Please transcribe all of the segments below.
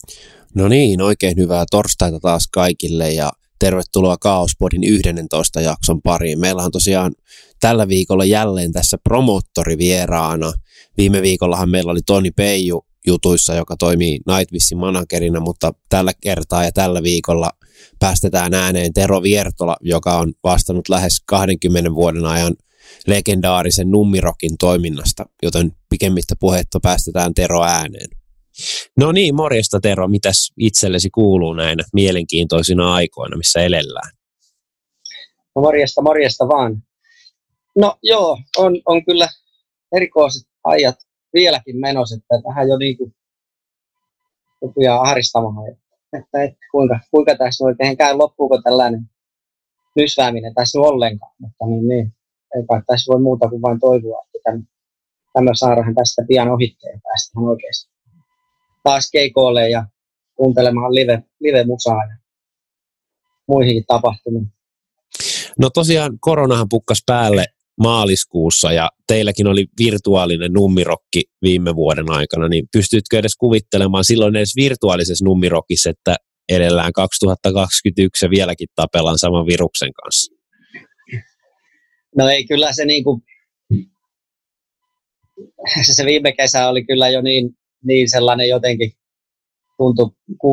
No niin, oikein hyvää torstaita taas kaikille ja tervetuloa Kaospodin 11 jakson pariin. Meillä on tosiaan tällä viikolla jälleen tässä promoottori vieraana. Viime viikollahan meillä oli Toni Peiju jutuissa, joka toimii Nightwishin managerina, mutta tällä kertaa ja tällä viikolla päästetään ääneen Tero Viertola, joka on vastannut lähes 20 vuoden ajan legendaarisen Nummirokin toiminnasta, joten pikemmittä puhetta päästetään Tero ääneen. No niin, morjesta Tero. Mitäs itsellesi kuuluu näinä mielenkiintoisina aikoina, missä elellään? No morjesta vaan. No joo, on kyllä erikoiset ajat vieläkin menossa, että vähän jo niin kuin rupeaa ahdistamaan, että kuinka tässä oikein käy, loppuuko tällainen nysvääminen tässä ollenkaan, mutta niin, ei kai tässä voi muuta kuin vain toivoa, että tämä saadaan tästä pian ohitteen ja päästään oikeasti taas keikoille ja kuuntelemaan live-musaa ja muihinkin tapahtumiin. No tosiaan koronahan pukkas päälle maaliskuussa ja teilläkin oli virtuaalinen Nummirokki viime vuoden aikana, niin pystytkö edes kuvittelemaan silloin edes virtuaalisessa Nummirokissa, että edellään 2021 ja vieläkin tapellaan saman viruksen kanssa? No ei, kyllä se se viime kesä oli kyllä jo niin sellainen jotenkin tuntui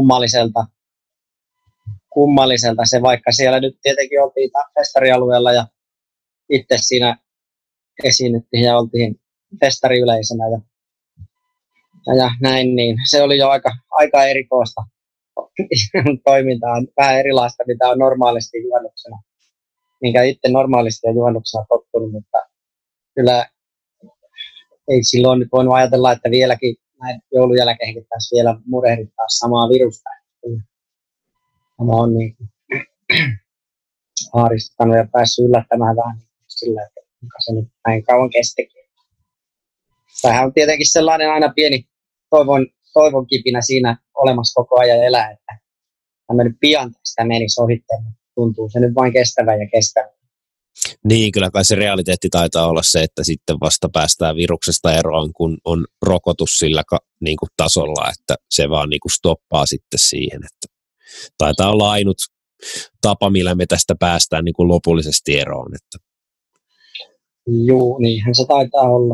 kummalliselta se, vaikka siellä nyt tietenkin oltiin festarialueella ja itse siinä esiinnyttiin ja oltiin festariyleisönä ja näin, niin se oli jo aika erikoista toimintaa, vähän erilaista, mitä on normaalisti juhannuksena, minkä itse normaalisti on juhannuksena tottunut, mutta kyllä ei silloin nyt voinut ajatella, että vieläkin näin joulun jälkeenkin tässä vielä murehdittaa samaa virusta. Tämä on niin haaristuttanut ja päässyt yllättämään vähän sillä, että se nyt näin kauan kestikin. Tämähän on tietenkin sellainen aina pieni toivon kipinä siinä olemassa koko ajan elää, että tämä nyt pian tästä menisi ohitteen, mutta tuntuu se nyt vain kestävän ja kestävän. Niin, kyllä kai se realiteetti taitaa olla se, että sitten vasta päästään viruksesta eroon, kun on rokotus sillä niin kuin tasolla, että se vaan niin kuin stoppaa sitten siihen. Että taitaa olla ainut tapa, millä me tästä päästään niin kuin lopullisesti eroon. Että. Joo, niinhän se taitaa olla.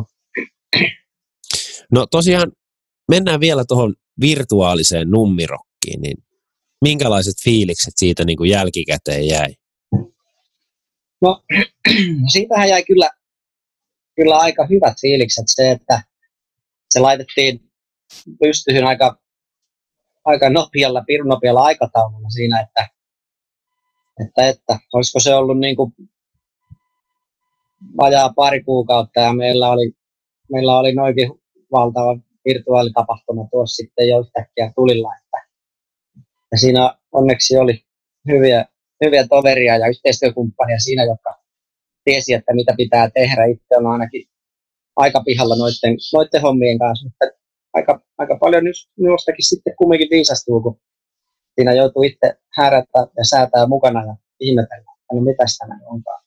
No tosiaan mennään vielä tuohon virtuaaliseen Nummirokkiin, niin minkälaiset fiilikset siitä niin kuin jälkikäteen jäi? No, siitähän jäi kyllä aika hyvät fiilikset se, että se laitettiin pystyyn aika pirun nopealla aikataululla siinä, että olisiko se ollut niin kuin vajaa pari kuukautta ja meillä oli noinkin valtava virtuaalitapahtuma tuossa sitten jo yhtäkkiä tulilla, ja siinä onneksi oli hyviä toveria ja yhteistyökumppania siinä, jotka tiesi, että mitä pitää tehdä. Itse on ainakin aika pihalla noiden hommien kanssa, mutta aika paljon minustakin sitten kumminkin viisastuu, kun siinä joutuu itse häärätä ja säätää mukana ja ihmetellä, että no mitäs tämä onkaan.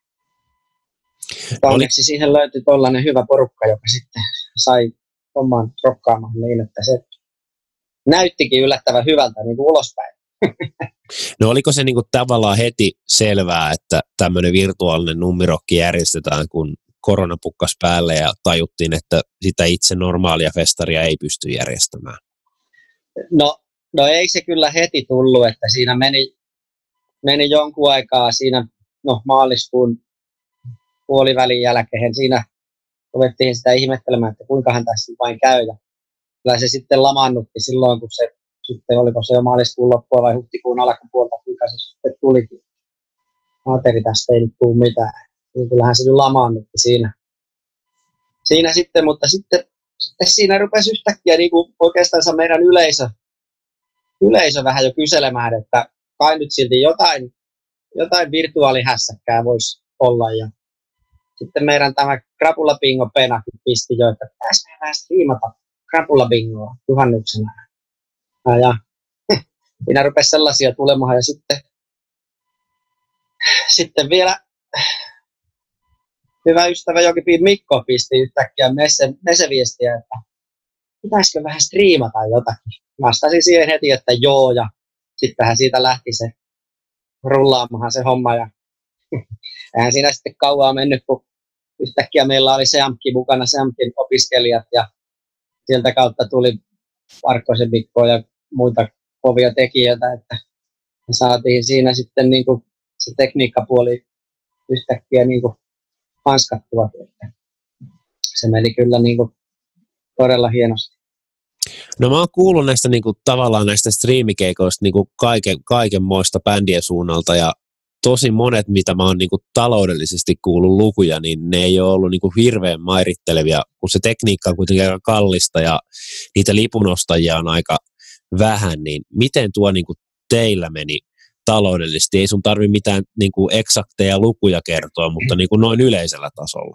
Onneksi siihen löytyi tollainen hyvä porukka, joka sitten sai homman rokkaamaan niin, että se näyttikin yllättävän hyvältä niin kuin ulospäin. No oliko se niinku tavallaan heti selvää, että tämmöinen virtuaalinen Nummirokki järjestetään, kun korona pukkas päälle ja tajuttiin, että sitä itse normaalia festaria ei pysty järjestämään? No ei se kyllä heti tullut, että siinä meni jonkun aikaa siinä maaliskuun puolivälin jälkeen. Siinä ruvettiin sitä ihmettelemään, että kuinkahan tässä vain käy. Ja kyllä se sitten lamaannutti silloin, kun se sitten oliko se jo maaliskuun loppua vai huhtikuun alkupuolta, kuinka se sitten tulikin. Materi, tästä ei nyt tule mitään. Niin kyllähän se lamaannutti siinä sitten, mutta sitten siinä rupesi yhtäkkiä niin kuin oikeastaan meidän yleisö vähän jo kyselemään, että kai nyt silti jotain virtuaalihässäkkää voisi olla. Ja sitten meidän tämä Krapula Bingo Penakin pisti jo, että pitäisi vähän striimata Krapula Bingoa juhannuksena. Ja minä rupesi sellaisia tulemaan ja sitten vielä hyvä ystävä Jokipiin Mikko pisti yhtäkkiä meseviestiä, että pitäisikö vähän striimata jotakin. vastasin siihen heti, että joo, ja sittenhän siitä lähti se rullaamahan se homma, ja eihän siinä sitten kauaa mennyt, kun yhtäkkiä meillä oli Seamkin mukana, Seamkin opiskelijat, ja sieltä kautta tuli Parkkosen Mikko ja muita kovia tekijöitä, että me saatiin siinä sitten niin kuin se tekniikkapuoli yhtäkkiä niin kuin hanskattua. Se meni kyllä niin kuin todella hienosti. No mä oon kuullut näistä niin kuin, tavallaan näistä striimikeikoista niin kuin kaikenmoista bändien suunnalta ja tosi monet, mitä mä oon niin kuin taloudellisesti kuullut lukuja, niin ne ei ole ollut niin kuin hirveän mairittelevia, kun se tekniikka on kuitenkin aika kallista ja niitä lipunostajia on aika vähän, niin miten tuo niin kuin teillä meni taloudellisesti? Ei sun tarvi mitään niin kuin eksakteja lukuja kertoa, mutta niin kuin noin yleisellä tasolla.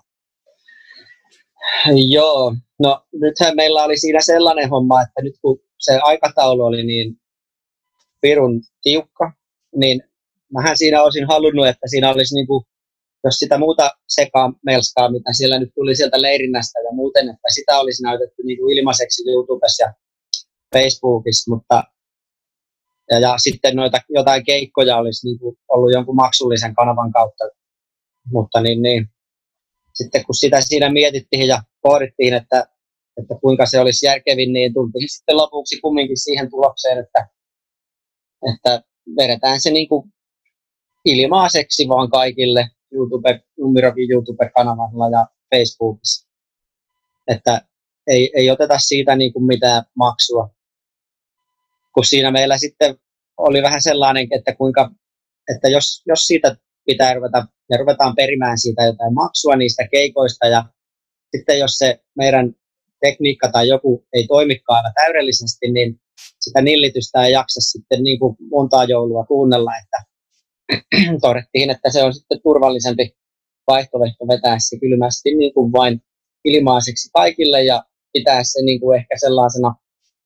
Joo, no nythän meillä oli siinä sellainen homma, että nyt kun se aikataulu oli niin pirun tiukka, niin mähän siinä olisin halunnut, että siinä olisi niin kuin, jos sitä muuta sekamelskaa, mitä siellä nyt tuli sieltä leirinnästä ja muuten, että sitä olisi näytetty niin kuin ilmaiseksi YouTubessa ja Facebookissa, mutta ja sitten noita jotain keikkoja olisi niin kuin ollut jonkun maksullisen kanavan kautta, mutta niin. Sitten kun sitä siinä mietittiin ja pohdittiin, että kuinka se olisi järkevin, niin tultiin sitten lopuksi kumminkin siihen tulokseen, että vedetään se niin kuin ilmaiseksi vaan kaikille Numerokin YouTube-kanavalla ja Facebookissa. Että ei oteta siitä niin kuin mitään maksua. Kun siinä meillä sitten oli vähän sellainen, että jos siitä pitää ruvetaan perimään siitä jotain maksua niistä keikoista ja sitten jos se meidän tekniikka tai joku ei toimikaan aivan täydellisesti, niin sitä nillitystä ei jaksa sitten niin kuin montaa joulua kuunnella, että todettiin, että se on sitten turvallisempi vaihtoehto vetää se kylmästi niin kuin vain ilmaiseksi kaikille ja pitää se niin kuin ehkä sellaisena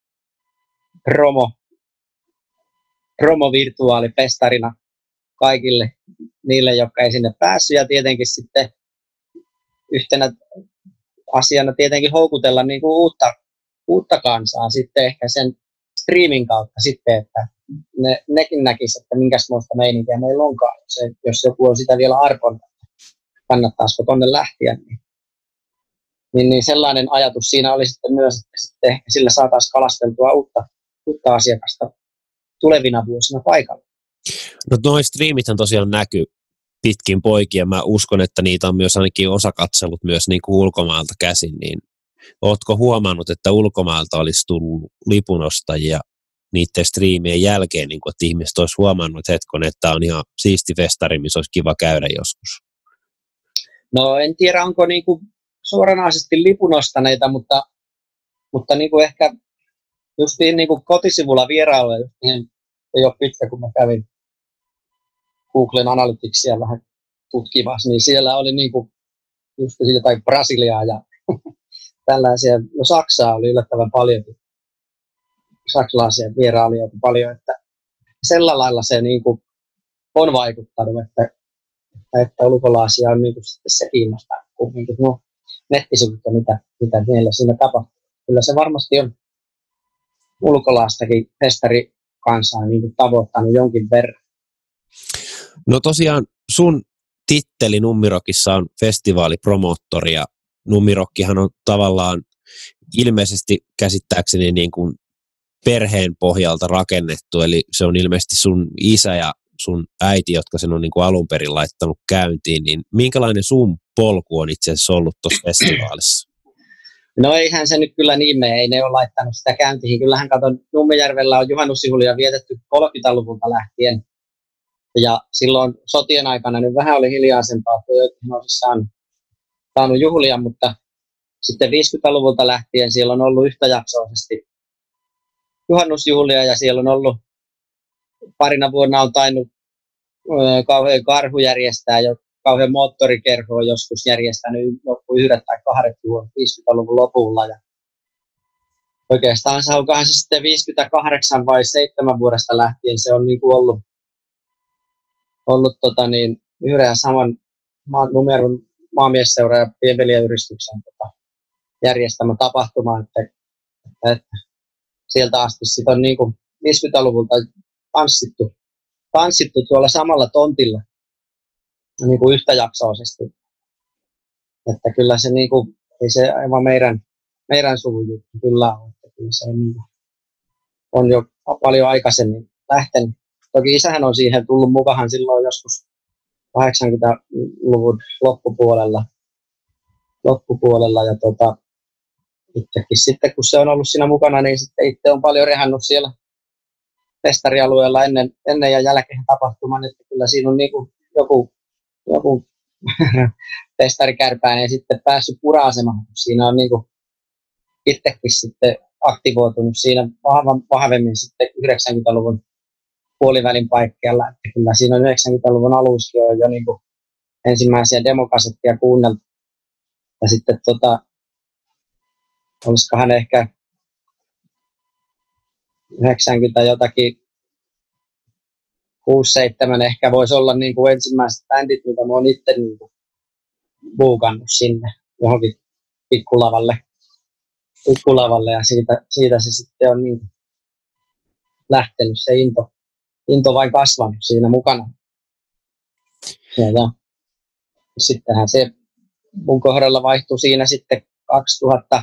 promo-virtuaalipestarina kaikille niille, jotka ei sinne päässyt ja tietenkin sitten yhtenä asiana tietenkin houkutella niin kuin uutta kansaa sitten ehkä sen streamin kautta sitten, että nekin näkisivät, että minkälaista meininkiä meillä onkaan, jos joku on sitä vielä arpon, kannattaisiko tonne lähteä, niin sellainen ajatus siinä oli sitten myös, että sitten ehkä sillä saataisiin kalasteltua uutta asiakasta tulevina vuosina paikalla. No noi striimithän tosiaan näkyy pitkin poikia. Mä uskon, että niitä on myös ainakin osa katsellut myös niin kuin ulkomailta käsin. Niin ootko huomannut, että ulkomailta olisi tullut lipunostajia niiden striimien jälkeen, niin kuin, että ihmiset olisi huomannut, että hetkonen, että tämä on ihan siisti festari, missä olisi kiva käydä joskus? No en tiedä, onko niin kuin suoranaisesti lipunostaneita, mutta niin kuin ehkä justiin niin kuin kotisivulla vierailuja, ei ole pitkä, kun mä kävin Googlen Analyticsia vähän tutkimassa, niin siellä oli niin kuin just jotain Brasiliaa ja tällaisia, no Saksaa oli yllättävän paljon, saksalaisia vierailijoita paljon, että sillä lailla se niin kuin on vaikuttanut, että ulkolaisia on niin kuin sitten se kiinnostaa, kumminkin no nettisivut ja mitä meillä siinä tapahtuu. Kyllä se varmasti on ulkolaistakin festarikansaa niin kuin tavoittanut jonkin verran. No tosiaan sun titteli Numirokissa on festivaalipromoottori ja Numirokkihan on tavallaan ilmeisesti käsittääkseni niin kuin perheen pohjalta rakennettu, eli se on ilmeisesti sun isä ja sun äiti, jotka sen on niin kuin alun perin laittanut käyntiin, niin minkälainen sun polku on itse asiassa ollut tuossa festivaalissa? No eihän se nyt kyllä niin mene, ei ne ole laittanut sitä käyntiin. Kyllähän katon, Nummijärvellä on juhannusjuhlia vietetty 30-luvulta lähtien. Ja silloin sotien aikana nyt vähän oli hiljaisempaa, kun joitain olisi saanut juhlia, mutta sitten 50-luvulta lähtien siellä on ollut yhtäjaksoisesti juhannusjuhlia ja siellä on ollut parina vuonna on tainnut kauhean karhu järjestää jo kauhean moottorikerho on joskus järjestänyt joku 1 tai 2 vuotta 50-luvun lopulla. Ja oikeastaan onkohan se sitten 58 vai 7 vuodesta lähtien se on niin kuin ollut yhden saman numeron maamiesseura ja pienveliäyhdistyksen järjestämä tapahtuma. Että sieltä asti sit on niin kuin 50-luvulta tanssittu tuolla samalla tontilla niin kuin yhtäjaksoisesti. Että kyllä se niin kuin, ei se aivan meidän suvun juttu kyllä ole. Että kyllä se on jo paljon aikaisemmin lähtenyt. Toki isähän on siihen tullut mukaan silloin joskus 80-luvun loppupuolella ja itsekin sitten kun se on ollut siinä mukana, niin sitten itse on paljon rehannut siellä festarialueella ennen ja jälkeen tapahtuman, että kyllä siinä on niin kuin joku festarikärpäinen sitten päässyt pura-asemaan. Siinä on niin kuin itsekin sitten aktivoitunut siinä vahvemmin sitten 90-luvun puolivälin paikkeilla, että kyllä siinä on 90-luvun aluskin on jo niin kuin ensimmäisiä demokasettia kuunneltu. Ja sitten olisikohan ehkä 90 jotakin 6-7 ehkä voisi olla niin kuin ensimmäiset bändit, mitä mä oon itse niin kuin buukannut sinne johonkin pikkulavalle ja siitä se sitten on niin lähtenyt se into vain kasvanut siinä mukana. Ja sittenhän se mun kohdalla vaihtui siinä sitten 2000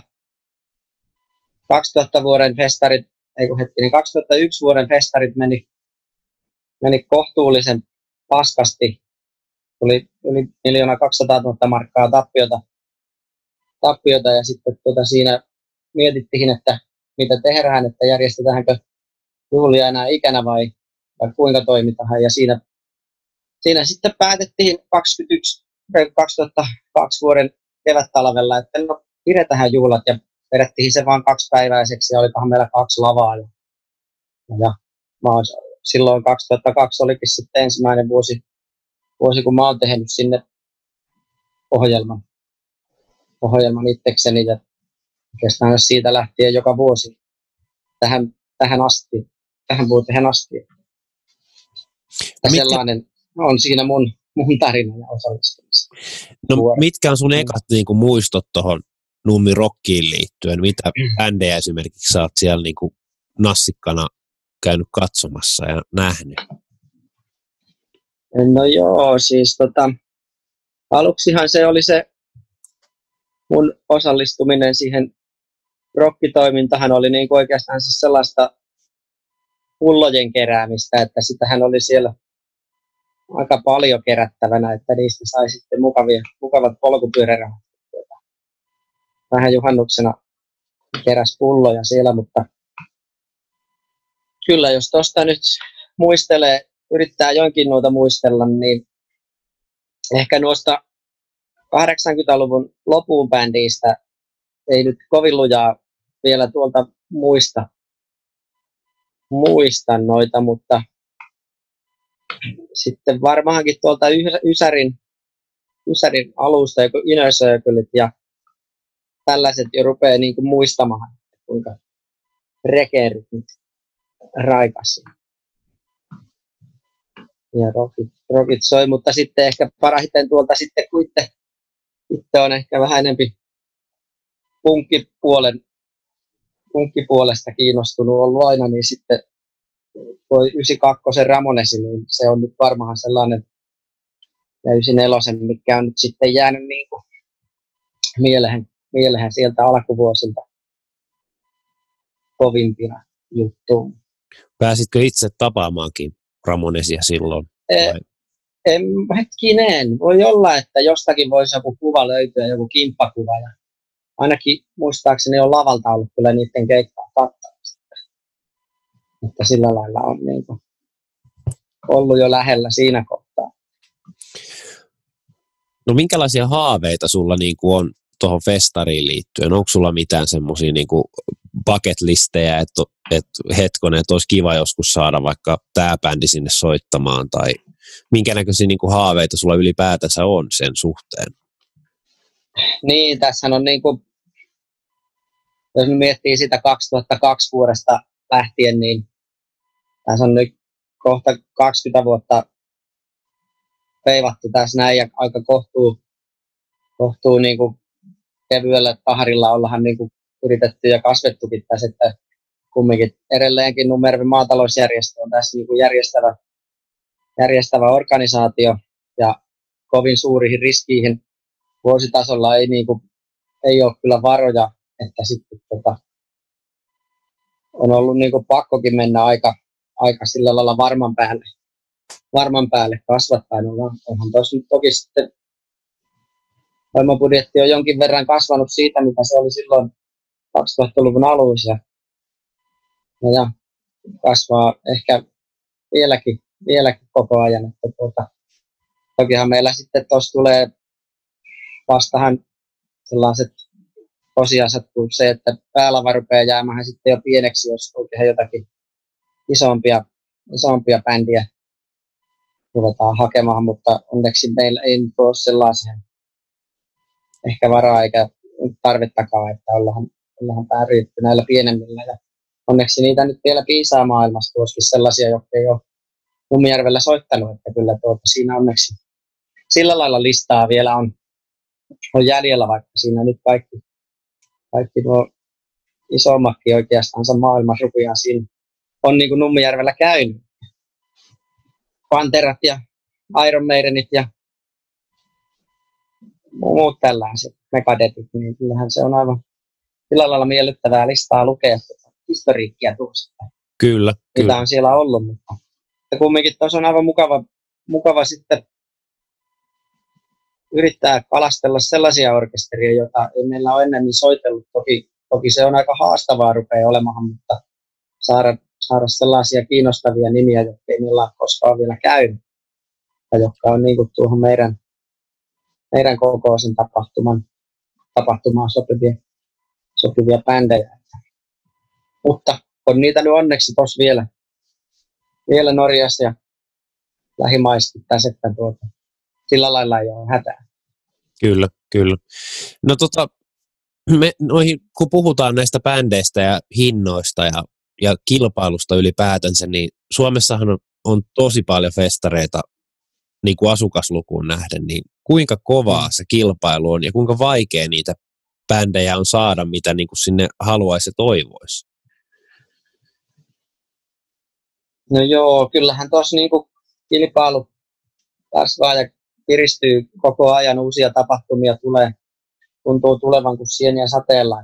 vuoden festarit, 2001 vuoden festarit meni kohtuullisen paskasti. Tuli yli 1 200 000 markkaa tappiota ja sitten siinä mietittiin, että mitä tehdään, että järjestetäänkö juhlia enää ikänä vai kuinka toimitaan. Ja siinä sitten päätettiin 2002 vuoden kevättalvella, että no pidetään juhlat ja vedettiin se vaan 2-päiväiseksi ja olikohan meillä 2 lavaa. Ja silloin 2002 olikin sitten ensimmäinen vuosi kun mä oon tehnyt sinne ohjelman itsekseni ja oikeastaan siitä lähtien joka vuosi tähän vuoteen asti. Ja sellainen on siinä mun tarina ja osallistumista. No mitkä on sun ekat niin kuin muistot tuohon Nummi Rockiin liittyen? Mitä bändejä esimerkiksi sä oot siellä niin kuin nassikkana käynyt katsomassa ja nähnyt? No joo, siis aluksihan se oli se mun osallistuminen siihen rockitoimintahan oli niin kuin oikeastaan se sellaista pullojen keräämistä, että sitähän oli siellä aika paljon kerättävänä, että niistä sai sitten mukavat polkupyörärahat. Vähän juhannuksena keräs pulloja siellä, mutta kyllä jos tuosta nyt yrittää jonkin noita muistella, niin ehkä noista 80-luvun lopun bändistä ei nyt kovin lujaa vielä tuolta muista noita, mutta sitten varmaankin tuolta Ysärin alusta joku Inner Circlet ja tällaiset jo rupeaa niin kuin muistamaan, kuinka rekeerit nyt raikas. Ja rockit soi, mutta sitten ehkä parhaiten tuolta sitten, kun itse on ehkä vähän enempi punkkipuolesta kiinnostunut ollut aina, niin sitten tuo 92 Ramonesi, niin se on nyt varmaan sellainen, ja 94, mikä on nyt sitten jäänyt niin kuin mieleen sieltä alkuvuosilta kovimpina juttuun. Pääsitkö itse tapaamaankin Ramonesia silloin? Hetkinen, voi olla, että jostakin voisi joku kuva löytyä, joku kimppakuva. Ja ainakin muistaakseni on lavalta ollut kyllä niiden keikkaa kattamista. Mutta sillä lailla on niin kuin ollut jo lähellä siinä kohtaa. No minkälaisia haaveita sulla niin kuin on tuohon festariin liittyen? Onko sulla mitään semmoisia niin kuin bucket-listejä, että hetkonen, että olisi kiva joskus saada vaikka tämä bändi sinne soittamaan, tai minkä näköisiä niin kuin haaveita sulla ylipäätänsä on sen suhteen? Niin, tässä on niin kuin, jos miettii sitä 2002 vuodesta lähtien, niin tässä on nyt kohta 20 vuotta veivattu tässä näin ja aika kohtuu niin kuin kevyellä taharilla ollahan niin kuin yritetty ja kasvettukin tässä, että kumminkin edelleenkin Nummijärven maatalousjärjestö on tässä niin kuin järjestävä organisaatio ja kovin suuriin riskiin vuositasolla ei ole kyllä varoja, että sitten on ollut niin kuin pakkokin mennä aika sillä lailla varman päälle kasvattaen. Onhan tuossa nyt toki sitten voimabudjetti on jonkin verran kasvanut siitä, mitä se oli silloin 2000-luvun alussa. Ja kasvaa ehkä vieläkin koko ajan. Että tokihan meillä sitten tuossa tulee vastahan sellaiset tosiasiat kuin se, että päälava rupeaa jäämään sitten jo pieneksi, jos oikein jotakin isompia bändiä ruvetaan hakemaan, mutta onneksi meillä ei nyt ole sellaiseen ehkä varaa eikä tarvettakaan, että ollaan pärjätty näillä pienemmillä. Ja onneksi niitä nyt vielä piisaa maailmassa tuoskin sellaisia, jotka ei ole Nummijärvellä soittanut, että kyllä siinä onneksi sillä lailla listaa vielä on jäljellä, vaikka siinä nyt kaikki nuo isommatkin oikeastaan maailmassa rupeaa siinä on niin kuin Nummijärvellä käynyt. Panterat ja Iron Maidenit ja muut tällaiset Megadetit, niin kyllähän se on aivan sillä lailla miellyttävää listaa lukea historiikkia tuosta. Kyllä. Mitä on siellä ollut, mutta kumminkin tuossa on aivan mukava sitten yrittää kalastella sellaisia orkesteria, joita ei meillä ole ennemmin soitellut. Toki se on aika haastavaa rupeaa olemaan, mutta saada sellaisia kiinnostavia nimiä, jotka ei meillä ole koskaan vielä käynyt. Ja jotka on niin kuin tuohon meidän kokoisen tapahtumaan sopivia bändejä. Mutta on niitä nyt onneksi tuossa vielä Norjassa ja lähimaissa tässä, että sillä lailla ei ole hätää. Kyllä. No kun puhutaan näistä bändeistä ja hinnoista ja kilpailusta ylipäätänsä, niin Suomessahan on tosi paljon festareita niin kuin asukaslukuun nähden, niin kuinka kovaa se kilpailu on ja kuinka vaikea niitä bändejä on saada, mitä niin kuin sinne haluaisi ja toivoisi? No joo, kyllähän tuossa niin kuin kilpailu kasvaa ja kiristyy koko ajan, uusia tapahtumia tuntuu tulevan kuin sieniä sateella.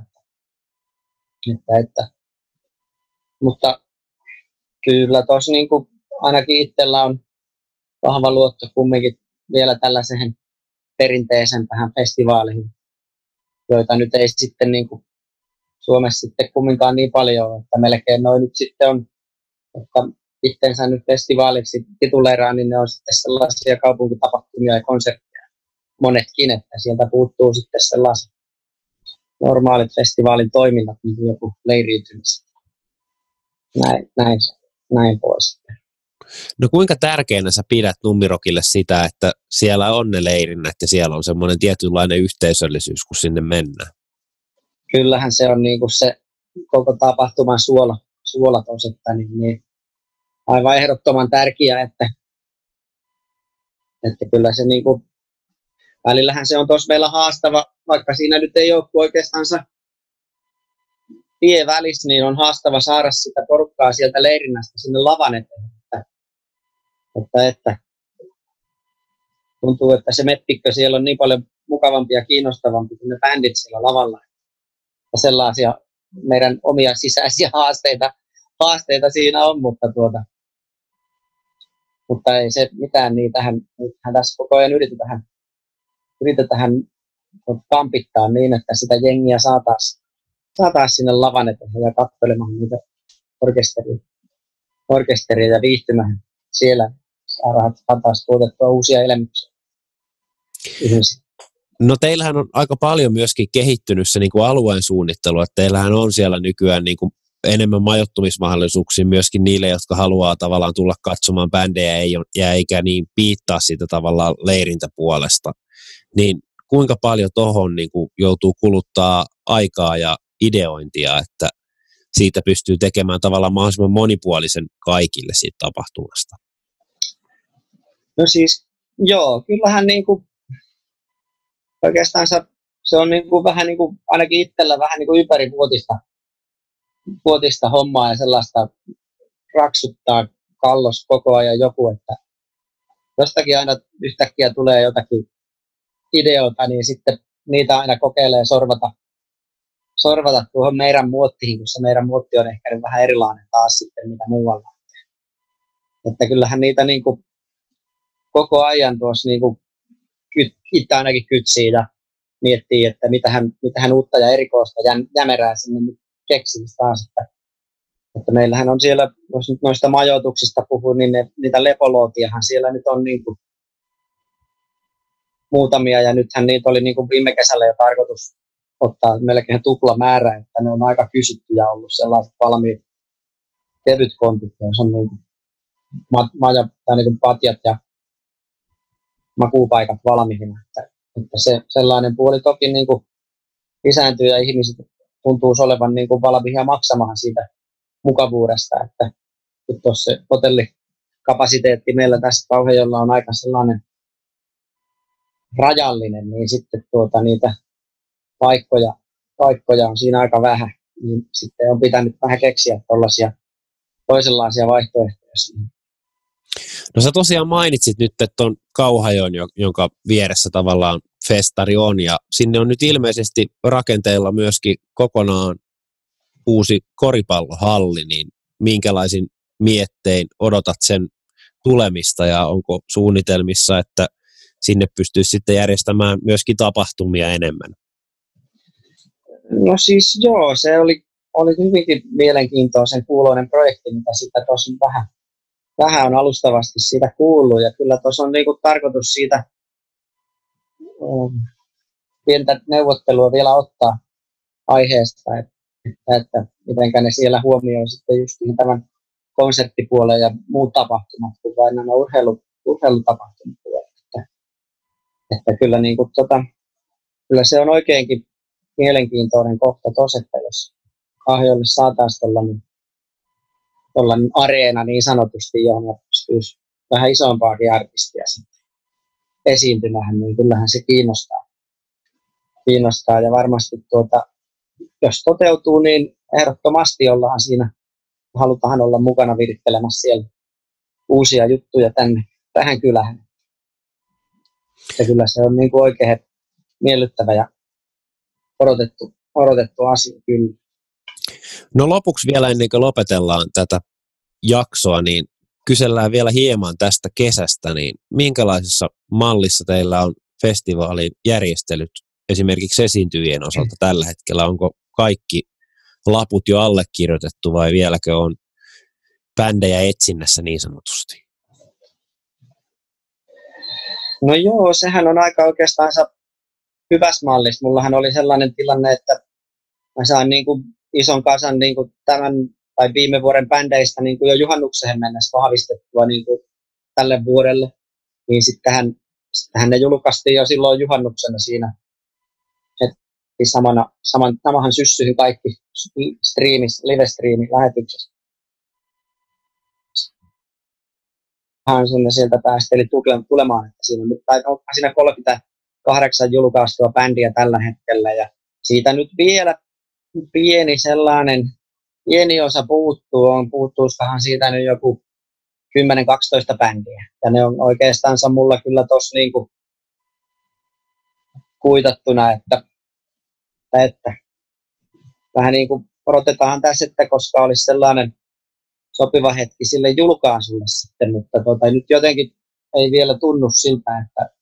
Mutta kyllä tuossa niin kuin ainakin itsellä on vahva luotto kumminkin vielä tällaiseen perinteisempään festivaaliin, joita nyt ei sitten niin kuin Suomessa sitten kumminkaan niin paljon ole, että melkein noin nyt sitten on, että itseensä nyt festivaaliksi tituleeraan, niin ne on sitten sellaisia kaupunkitapahtumia ja konsertteja monetkin, että sieltä puuttuu sitten sellaiset normaalit festivaalin toiminnat, niin kuin joku leiriytymistä. Näin pois. No kuinka tärkeänä sä pidät Nummirokille sitä, että siellä on ne leirinnät ja siellä on semmoinen tietynlainen yhteisöllisyys, kun sinne mennään? Kyllähän se on niin kuin se koko tapahtuman suola tosetta, niin aivan ehdottoman tärkeää, että kyllä se niin kuin, välillähän se on tuossa meillä haastava, vaikka siinä nyt ei ole oikeastaan tie välissä, niin on haastava saada sitä porukkaa sieltä leirinnästä sinne lavan eteen. Että tuntuu, että se mettikkö siellä on niin paljon mukavampi ja kiinnostavampi kuin ne bändit siellä lavalla. Ja sellaisia meidän omia sisäisiä haasteita siinä on, mutta ei se mitään, niitähän tässä koko ajan yritetään kampittaa niin, että sitä jengiä saataisiin sinne lavan eteen ja katselemaan niitä orkesteria ja viihtymään siellä. Saadaan tuotettua uusia elämyksiä. No teillähän on aika paljon myöskin kehittynyt se niin kuin alueen suunnittelu, että teillähän on siellä nykyään niin kuin enemmän majoittumismahdollisuuksia myöskin niille, jotka haluaa tavallaan tulla katsomaan bändejä eikä niin piittaa siitä tavallaan leirintäpuolesta. Niin kuinka paljon tohon niin kuin joutuu kuluttaa aikaa ja ideointia, että siitä pystyy tekemään tavallaan mahdollisimman monipuolisen kaikille siitä tapahtumasta? No siis, joo, kyllähän niin kuin, oikeastaan se on niin kuin, vähän niin kuin, ainakin itsellä vähän niin kuin ympärivuotista vuotista hommaa ja sellaista raksuttaa kallos koko ajan joku, että jostakin aina yhtäkkiä tulee jotakin ideoita, niin sitten niitä aina kokeilee sorvata tuohon meidän muottiin, kun se meidän muotti on ehkä vähän erilainen taas sitten mitä muualla. Että kyllähän niitä niin kuin koko ajan tuossa niin kuin itse ainakin kytsii ja miettii, että mitähän uutta ja erikoista jämerää sinne nyt keksisi taas. Että meillähän on siellä, jos nyt noista majoituksista puhuu, niin niitä lepolootiahan siellä nyt on niin kuin muutamia, ja nythän niitä oli niin kuin viime kesällä jo tarkoitus ottaa melkein tupla määrä, että ne on aika kysyttyjä ollut sellaiset valmiit kevyt kontit, joissa on niin kuin niin kuin patjat ja makuupaikat valmiina. Että se sellainen puoli toki niin kuin lisääntyy ja ihmiset tuntuu olevan niin kuin valmiita maksamaan siitä mukavuudesta, että nyt tuossa hotellikapasiteetti meillä tässä Kauhajoella on aika sellainen rajallinen, niin sitten niitä paikkoja on siinä aika vähän, niin sitten on pitänyt vähän keksiä tuollaisia toisenlaisia vaihtoehtoja siihen. No sä tosiaan mainitsit nyt, että on Kauhajoen, jonka vieressä tavallaan festari on, ja sinne on nyt ilmeisesti rakenteilla myöskin kokonaan uusi koripallohalli, niin minkälaisin miettein odotat sen tulemista, ja onko suunnitelmissa, että sinne pystyisi sitten järjestämään myöskin tapahtumia enemmän? No siis joo, se oli hyvinkin mielenkiintoisen kuuloinen projekti, mitä sitä tosin vähän on alustavasti siitä kuullut, ja kyllä tuossa on niinku tarkoitus siitä pientä neuvottelua vielä ottaa aiheesta, että mitenkä ne siellä huomioi sitten just tämän konserttipuolen ja muut tapahtumat, kuin vain nämä urheilutapahtumat. Että kyllä, niinku, kyllä se on oikeinkin mielenkiintoinen kohta tos, että jos Kauhajoelle saataisiin tuollainen areena niin sanotusti, johon pystyisi vähän isompaakin artistia esiintymään, niin kyllähän se kiinnostaa. Ja varmasti jos toteutuu, niin ehdottomasti halutaan olla mukana virittelemässä siellä uusia juttuja tähän kylähän. Ja kyllä se on niin kuin oikein miellyttävä ja odotettu asia kyllä. No lopuksi vielä ennen kuin lopetellaan tätä jaksoa, niin kysellään vielä hieman tästä kesästä, niin minkälaisessa mallissa teillä on festivaalin järjestelyt esimerkiksi esiintyjien osalta tällä hetkellä? Onko kaikki laput jo allekirjoitettu vai vieläkö on bändejä etsinnässä niin sanotusti? No joo, sehän on aika oikeastaan hyvässä mallissa. Mullahan oli sellainen tilanne, että mä sain niin kuin ison kasan niin kuin tämän tai viime vuoden bändeistä niin kuin jo juhannukseen mennessä vahvistettua niin kuin tälle vuodelle. Niin sittenhän ne julkaistiin jo silloin juhannuksena siinä. Samahan syssyihin kaikki live-striimi-lähetyksessä. Sun sieltä päästeli tulemaan, että siinä 38 julkaistua bändiä tällä hetkellä, ja siitä nyt vielä pieni osa puuttuuskohan siitä nyt joku 10-12 bändiä, ja ne on oikeastaan mulla kyllä tossa niinku kuitattuna, että vähän niin kuin odotetaan tässä, että koska olisi sellainen sopiva hetki sille julkaisulle sitten, mutta nyt jotenkin ei vielä tunnu siltä, että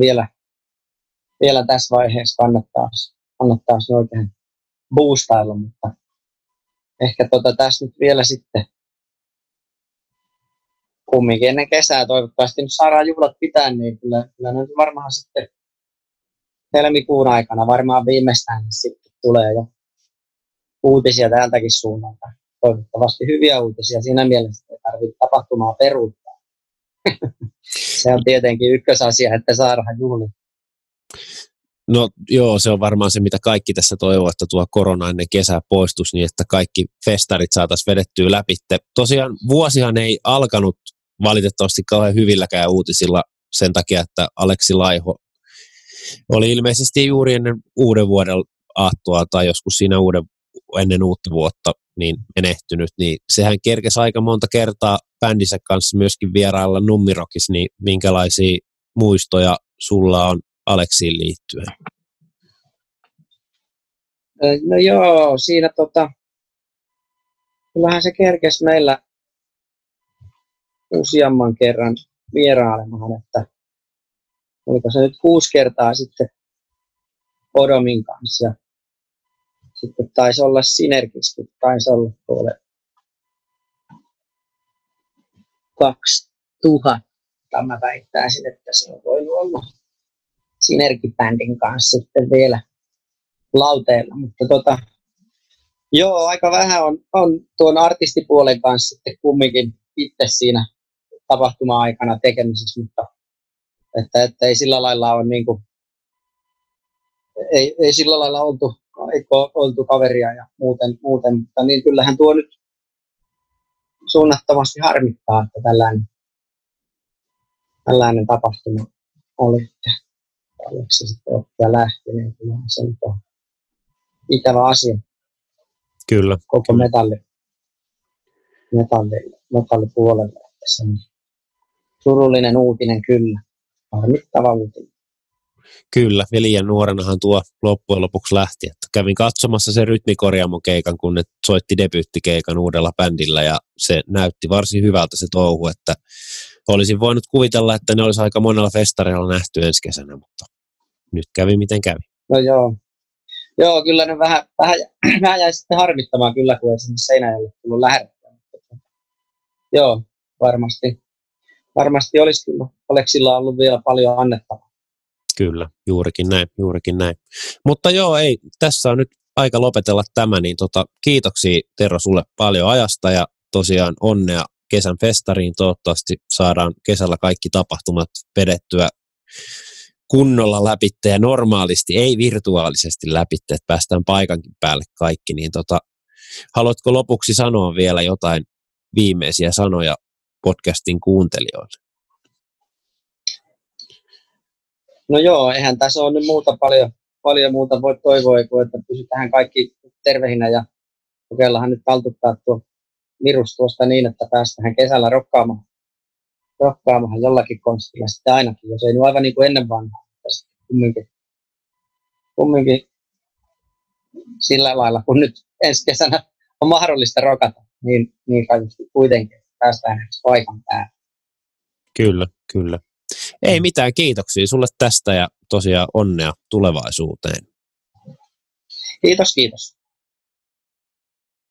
vielä tässä vaiheessa kannattaisi oikein boostailla, mutta ehkä tässä nyt vielä sitten kumminkin ennen kesää toivottavasti nyt saadaan juhlat pitää, niin kyllä nyt varmaan sitten helmikuun aikana varmaan viimeistään sitten tulee jo uutisia täältäkin suunnalta. Toivottavasti hyviä uutisia siinä mielessä, että ei tarvitse tapahtumaa peruuttaa. Se on tietenkin ykkösasia, että saadaan juhlia. No joo, se on varmaan se, mitä kaikki tässä toivoo, että tuo korona ennen kesää poistuisi niin, että kaikki festarit saataisiin vedettyä läpi. Tosiaan vuosihan ei alkanut valitettavasti kauhean hyvilläkään uutisilla sen takia, että Aleksi Laiho oli ilmeisesti juuri ennen uuden vuoden aattoa tai joskus siinä ennen uutta vuotta niin menehtynyt, niin sehän kerkesi aika monta kertaa bändinsä kanssa myöskin vierailla Nummirokissa, niin minkälaisia muistoja sulla on Aleksiin liittyen? No joo, siinä kyllähän se kerkesi meillä useamman kerran vierailemaan, että oliko se nyt 6 kertaa sitten Odomin kanssa ja sitten taisi olla Sinergiskin, taisi olla tuolle 2000. Mä väittäisin, että se on voinut olla Sinergibändin kanssa sitten vielä lauteella, mutta joo, aika vähän on tuon artistipuolen kanssa sitten kumminkin itse siinä tapahtuma-aikana tekemisissä, mutta että ei sillä lailla ole niinku, ei sillä lailla oltu kaveria ja muuten, mutta niin kyllähän tuo nyt suunnattomasti harmittaa, että tällainen tapahtuma oli, että Aleksi sitten oppia lähti, niin kyllähän se on ikävä asia. Kyllä. Koko metallipuolelle, että se on surullinen uutinen kyllä, harmittava uutinen. Kyllä, ja liian nuorenahan tuo loppujen lopuksi lähti. Että kävin katsomassa sen rytmikorjaamokeikan, kun ne soitti debyyttikeikan uudella bändillä, ja se näytti varsin hyvältä se touhu, että olisin voinut kuvitella, että ne olisi aika monella festarilla nähty ensi kesänä, mutta nyt kävi miten kävi. No joo, kyllä ne vähän jäi sitten harmittamaan kyllä, kun ei sinne Seinäjoelle tullut lähdettyä. Joo, varmasti olisi kyllä Aleksilla ollut vielä paljon annettavaa. Kyllä, juurikin näin. Mutta joo, ei, tässä on nyt aika lopetella tämä, niin kiitoksia Tero sulle paljon ajasta ja tosiaan onnea kesän festariin. Toivottavasti saadaan kesällä kaikki tapahtumat vedettyä kunnolla läpitte ja normaalisti, ei virtuaalisesti läpitte, että päästään paikankin päälle kaikki. Niin haluatko lopuksi sanoa vielä jotain viimeisiä sanoja podcastin kuuntelijoille? No joo, eihän tässä ole nyt paljon muuta voi toivoa, kuin että pysytään kaikki tervehinä ja kokeillahan nyt taltuttaa tuo virus tuosta niin, että päästään kesällä rokkaamaan jollakin konstilla sitten ainakin, jos ei nyt aivan niin kuin ennen vanhaa, mutta kumminkin sillä lailla, kun nyt ensi kesänä on mahdollista rokata, niin kaikasti kuitenkin päästään paikan päälle. Kyllä. Ei mitään, kiitoksia sulle tästä ja tosiaan onnea tulevaisuuteen. Kiitos.